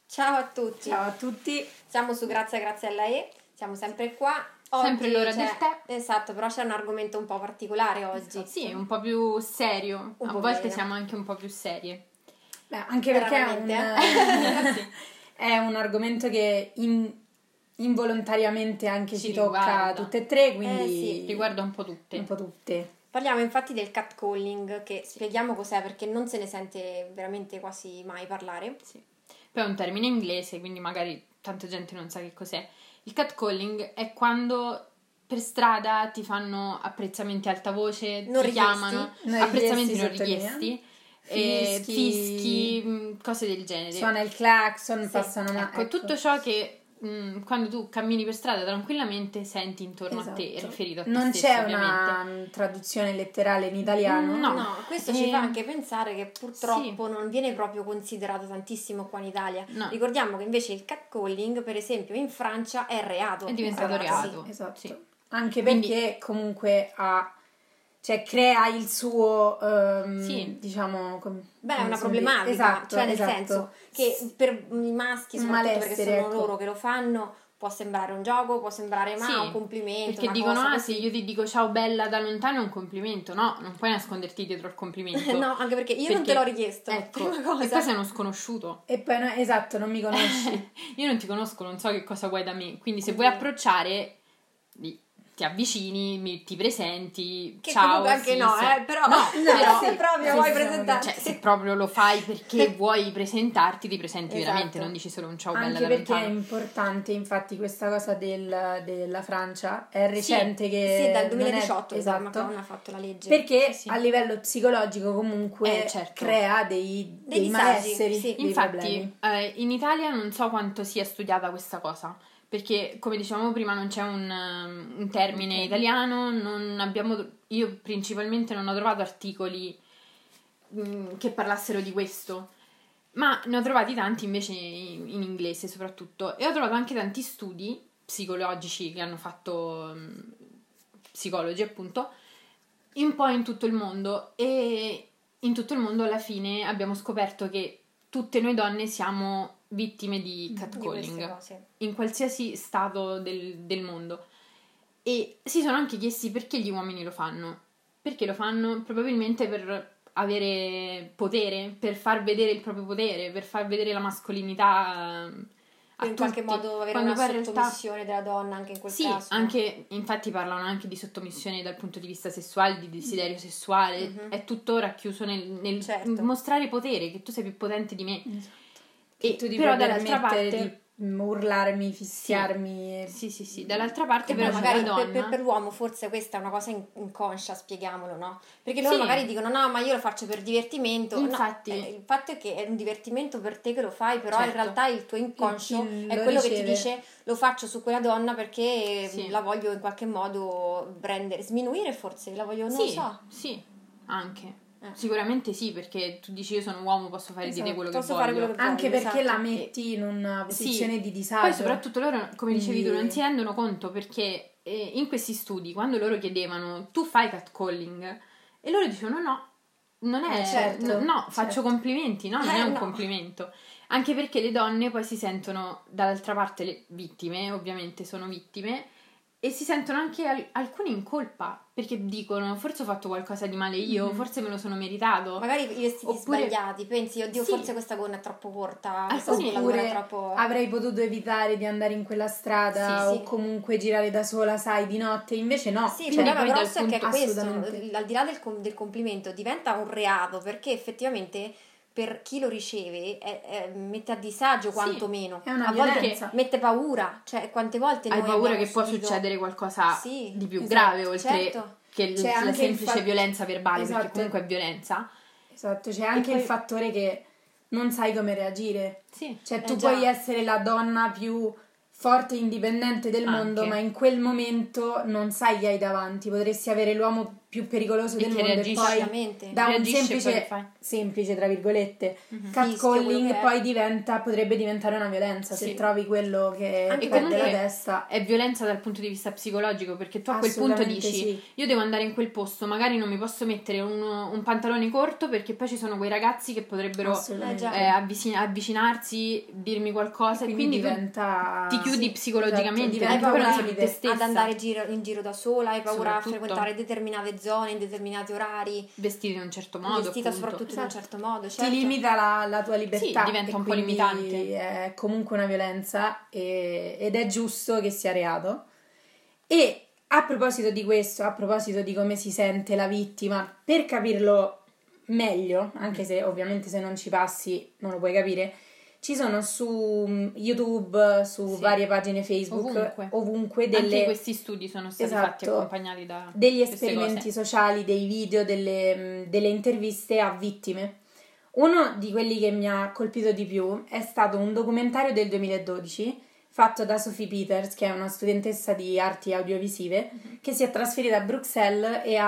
Ciao a tutti. Ciao a tutti. Siamo su Grazie a lei. Siamo sempre qua. Oggi sempre l'ora del tè. Esatto, però c'è un argomento un po' particolare oggi. Sì, un po' più serio. Un a po' volte meno. siamo anche un po' più serie. Beh, anche perché è un argomento che involontariamente anche ci tocca riguarda. tutte e tre, quindi sì. Riguarda un po' tutte. Un po' tutte. Parliamo infatti del catcalling, che spieghiamo cos'è perché non se ne sente veramente quasi mai parlare. Sì. Poi è un termine inglese, quindi magari tanta gente non sa che cos'è. Il catcalling è quando per strada ti fanno apprezzamenti a alta voce, Non ti richiesti. chiamano, Non apprezzamenti non richiesti, richiesti, fischi, cose del genere. Suona il clacson, Sì. passano Ecco, tutto ciò che quando tu cammini per strada tranquillamente senti intorno a te, Esatto. riferito a te Non stesso, c'è ovviamente. una traduzione letterale in italiano. No. Questo ci fa anche pensare che purtroppo Sì. non viene proprio considerato tantissimo qua in Italia. No. Ricordiamo che invece il catcalling, per esempio, in Francia è reato. È diventato ragazzi. reato. Esatto. Sì. Anche Quindi- perché comunque crea il suo Sì. diciamo Beh, è come una si problematica, dice? Esatto, cioè nel esatto. senso che per i maschi, Un soprattutto perché malessere, sono ecco. loro che lo fanno, può sembrare un gioco, può sembrare Sì, un complimento, perché una dicono cosa se così. io ti dico ciao bella da lontano è un complimento. No, non puoi nasconderti dietro al complimento. No, anche perché io non te l'ho richiesto. Ecco, prima cosa. e poi sei uno sconosciuto. E poi esatto, non mi conosci. Io non ti conosco, non so che cosa vuoi da me. Quindi se Mhm. vuoi approcciare, ti avvicini, ti presenti, Che ciao. comunque anche sì, no, sì. però, però- se proprio sì, vuoi sì, presentarti. Cioè, se proprio lo fai perché vuoi presentarti, ti presenti Esatto. veramente, non dici solo un ciao bella Anche da perché è lontano. importante, infatti, questa cosa della Francia è recente che Sì, dal non è- 2018 esatto, Macron ha fatto la legge. perché Sì. a livello psicologico comunque Certo. crea dei disagi, malesseri, sì. dei Infatti, problemi. in Italia non so quanto sia studiata questa cosa, perché come dicevamo prima non c'è un termine italiano, non abbiamo, io principalmente non ho trovato articoli che parlassero di questo, ma ne ho trovati tanti invece in inglese soprattutto, e ho trovato anche tanti studi psicologici che hanno fatto psicologi appunto, un po' in tutto il mondo, e in tutto il mondo alla fine abbiamo scoperto che tutte noi donne siamo vittime di Di queste catcalling cose. in qualsiasi stato del mondo, e si sono anche chiesti perché gli uomini lo fanno. Perché lo fanno? Probabilmente per avere potere, per far vedere il proprio potere, per far vedere la mascolinità a In qualche tutti. modo avere Quando una poi in realtà- sottomissione della donna anche in quel sì, caso. anche, infatti parlano anche di sottomissione dal punto di vista sessuale, di desiderio sessuale, è tutto racchiuso nel Certo. mostrare potere, che tu sei più potente di me. Che tu ti però puoi dall'altra permettere parte di urlarmi, fischiarmi. sì, dall'altra parte Che però poi c'è magari la donna. per l'uomo forse questa è una cosa inconscia, spieghiamolo, no? Perché loro Sì. magari dicono no, ma io lo faccio per divertimento. No, Infatti. il fatto è che è un divertimento per te che lo fai, però in Certo. realtà il tuo inconscio Chi è lo quello che ti riceve. dice lo faccio su quella donna perché Sì. la voglio in qualche modo sminuire forse, la voglio, non lo Sì, so. sì, anche. Eh. Sicuramente sì, perché tu dici io sono uomo, posso fare di te Esatto, quello che posso voglio. fare quello che Anche voglio, perché esatto. la metti in una posizione Sì. di disagio. Poi soprattutto loro, come dicevi tu, Quindi- non si rendono conto perché in questi studi, quando loro chiedevano tu fai catcalling, e loro dicevano no, non è, certo, no, faccio certo. complimenti, no, non è un no. complimento. Anche perché le donne poi si sentono dall'altra parte le vittime, ovviamente sono vittime, e si sentono anche alcuni in colpa, perché dicono forse ho fatto qualcosa di male io, forse me lo sono meritato. Magari i vestiti Oppure- sbagliati, pensi, oddio, Sì. forse questa gonna è troppo corta, questa Alcuni- scuola è Oppure troppo... avrei potuto evitare di andare in quella strada Sì, o sì. comunque girare da sola, sai, di notte. Invece no. Sì, il Quindi problema poi dal grosso è che è punto- questo, assolutamente. al di là del complimento, diventa un reato perché effettivamente per chi lo riceve mette a disagio Sì, quantomeno, è una a volte violenza. mette paura, cioè quante volte Hai noi paura abbiamo che può subito- succedere qualcosa Sì, di più esatto, grave, oltre certo. che C'è la anche il semplice fatto- violenza verbale, perché Esatto. comunque è violenza. Esatto, c'è anche poi- il fattore che non sai come reagire. Sì. Cioè tu già. puoi essere la donna più forte e indipendente del Anche. mondo, ma in quel momento non sai chi hai davanti. Potresti avere l'uomo più pericoloso E del che mondo, e reagisce. poi Esattamente. da un Reagisce e poi che semplice, fai? semplice tra virgolette, Fischio, catcalling quello che è. poi potrebbe diventare una violenza se Sì. trovi quello che Anche E perde la comunque testa. è violenza dal punto di vista psicologico, perché tu a quel punto Assolutamente dici sì. io devo andare in quel posto, magari non mi posso mettere un pantalone corto perché poi ci sono quei ragazzi che potrebbero Assolutamente. già. avvicinarsi, dirmi qualcosa, e Quindi quindi tu diventa... ti chiudi sì, psicologicamente, esatto, Hai diventa anche poi paura non una sei più te stessa. ad andare in giro da sola, hai paura a Soprattutto. frequentare determinate zone, in determinati orari, Vestiti in un certo modo, vestita appunto. soprattutto in un certo modo, ti certo. limita la tua libertà, Sì, diventa e un po' quindi limitante. è comunque una violenza, ed è giusto che sia reato. E a proposito di questo, a proposito di come si sente la vittima, per capirlo meglio, anche se ovviamente se non ci passi non lo puoi capire, ci sono su YouTube, su Sì. varie pagine Facebook, ovunque Anche delle... questi studi sono stati fatti Esatto. accompagnati da degli queste esperimenti cose. sociali, dei video, delle interviste a vittime. Uno di quelli che mi ha colpito di più è stato un documentario del 2012 fatto da Sophie Peters, che è una studentessa di arti audiovisive, che si è trasferita a Bruxelles e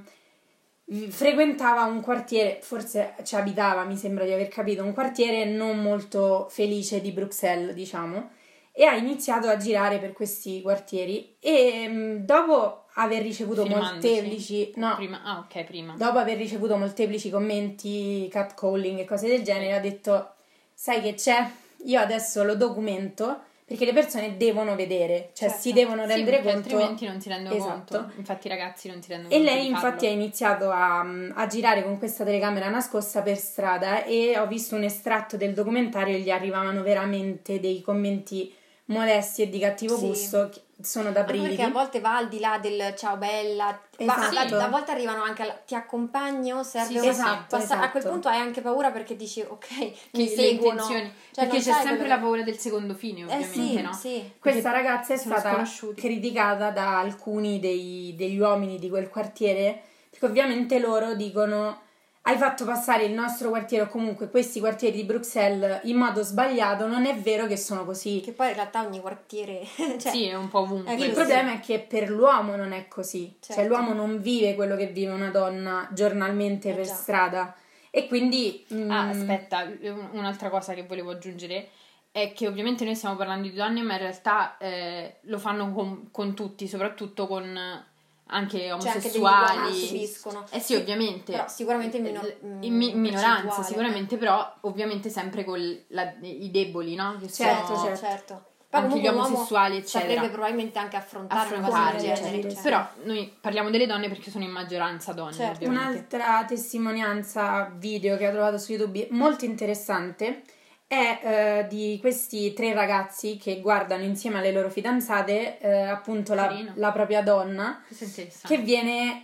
frequentava un quartiere, forse ci abitava, mi sembra di aver capito, un quartiere non molto felice di Bruxelles, diciamo, e ha iniziato a girare per questi quartieri e dopo aver ricevuto Filmandosi. molteplici prima. dopo aver ricevuto molteplici commenti, catcalling e cose del genere, ha detto: sai che c'è? Io adesso lo documento perché le persone devono vedere, cioè Certo. si devono rendere perché conto. altrimenti non si rendono Esatto. conto. Infatti i ragazzi non si rendono E conto lei di infatti ha farlo. iniziato a girare con questa telecamera nascosta per strada, e ho visto un estratto del documentario e gli arrivavano veramente dei commenti molesti e di cattivo Sì. gusto, che sono da Anche brividi. perché a volte va al di là del ciao bella, Esatto. a volte arrivano anche ti accompagno, serve Sì, una esatto, A quel esatto. punto hai anche paura perché dici ok, mi Le seguono. intenzioni. Cioè, perché non c'è sai sempre quello la che- paura del secondo fine, ovviamente, sì, no? sì. Questa ragazza è sono stata sconosciuti. criticata da alcuni degli uomini di quel quartiere, perché ovviamente loro dicono: hai fatto passare il nostro quartiere, o comunque questi quartieri di Bruxelles, in modo sbagliato. Non è vero che sono così. Che poi in realtà ogni quartiere cioè, Sì, è un po' ovunque. è Il così. problema è che per l'uomo non è così, cioè Certo. l'uomo non vive quello che vive una donna giornalmente per già. strada, e quindi Aspetta, un'altra cosa che volevo aggiungere è che ovviamente noi stiamo parlando di donne, ma in realtà lo fanno con tutti, soprattutto con anche C'è anche degli omosessuali. uomini che subiscono. Sì, ovviamente. Però sicuramente in minoranza, percentuale. sicuramente, però ovviamente sempre con i deboli, no? Che Certo, sono certo. Poi anche gli comunque un uomo omosessuali, eccetera. saprebbe probabilmente anche affrontare una cosa affrontarli, del genere. eccetera. Cioè. Però noi parliamo delle donne perché sono in maggioranza donne, Certo. ovviamente. Un'altra testimonianza video che ho trovato su YouTube molto interessante è di questi 3 ragazzi che guardano insieme alle loro fidanzate appunto Carino. la propria donna, Questo è interessante. che viene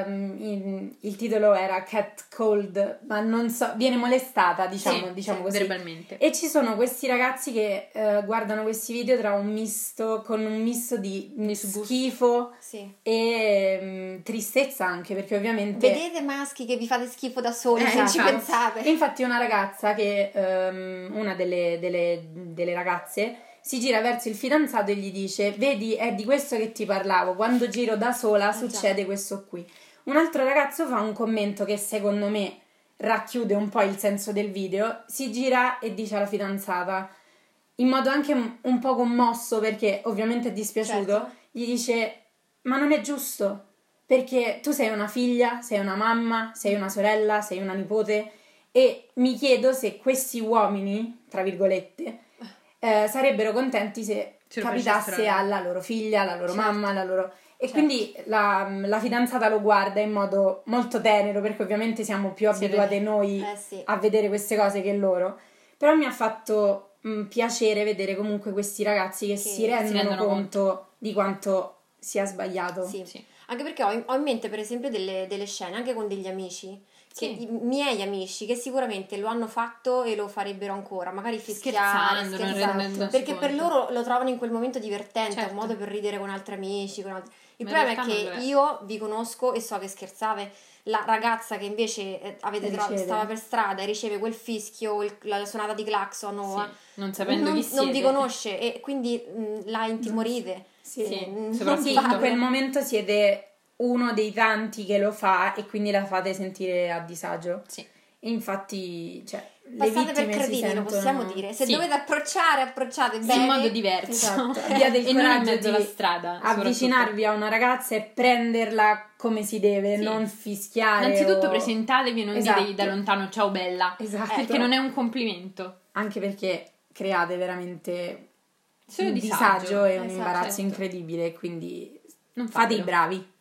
il titolo era catcalled, ma non so, viene molestata, diciamo Sì, così, verbalmente. e ci sono questi ragazzi che guardano questi video con un misto di Disgusto. schifo Sì. e tristezza, anche perché ovviamente Vedete maschi che vi fate schifo da soli, se non ci esatto. pensate. Infatti una ragazza che una delle ragazze si gira verso il fidanzato e gli dice: vedi, è di questo che ti parlavo, quando giro da sola succede questo qui. Un altro ragazzo fa un commento che secondo me racchiude un po' il senso del video, si gira e dice alla fidanzata, in modo anche un po' commosso perché ovviamente è dispiaciuto, Certo. gli dice: ma non è giusto, perché tu sei una figlia, sei una mamma, sei una sorella, sei una nipote, e mi chiedo se questi uomini, tra virgolette, sarebbero contenti se lo capitasse facessero. alla loro figlia, alla loro Certo. mamma, alla loro... E Certo. quindi la fidanzata lo guarda in modo molto tenero, perché ovviamente siamo più Sì, abituate noi sì. a vedere queste cose che loro. Però mi ha fatto piacere vedere comunque questi ragazzi che si rendono conto di quanto sia sbagliato. Sì. Sì. Anche perché ho in mente per esempio delle scene anche con degli amici, che Sì. i miei amici che sicuramente lo hanno fatto e lo farebbero ancora, magari fischiare, Scherzando, non scherzando, rendendosi perché per conto. loro lo trovano in quel momento divertente, Certo. un modo per ridere con altri amici, con altri... Il Ma in problema è realtà non che lo è. io vi conosco e so che scherzate. La ragazza che invece stava per strada e riceve quel fischio, la suonata di clacson, Sì, non sapendo chi siete. non vi conosce e quindi la intimorite. Sì, Sì, non soprattutto. Sì, farlo. in quel momento siete uno dei tanti che lo fa e quindi la fate sentire a disagio. Sì. Infatti, cioè, passate le per vittime crediti, si sentono... lo possiamo dire. Se Sì. dovete approcciate bene. In modo diverso. Esatto. Abbiate il E non in coraggio mezzo alla di strada, avvicinarvi a una ragazza e prenderla come si deve, Sì. non fischiare. Innanzitutto o... presentatevi e non Esatto. ditegli da lontano ciao bella. Esatto. Perché non è un complimento. Anche perché create veramente Solo un disagio. disagio e un Esatto, imbarazzo certo. incredibile, quindi Non fate i fatelo. bravi.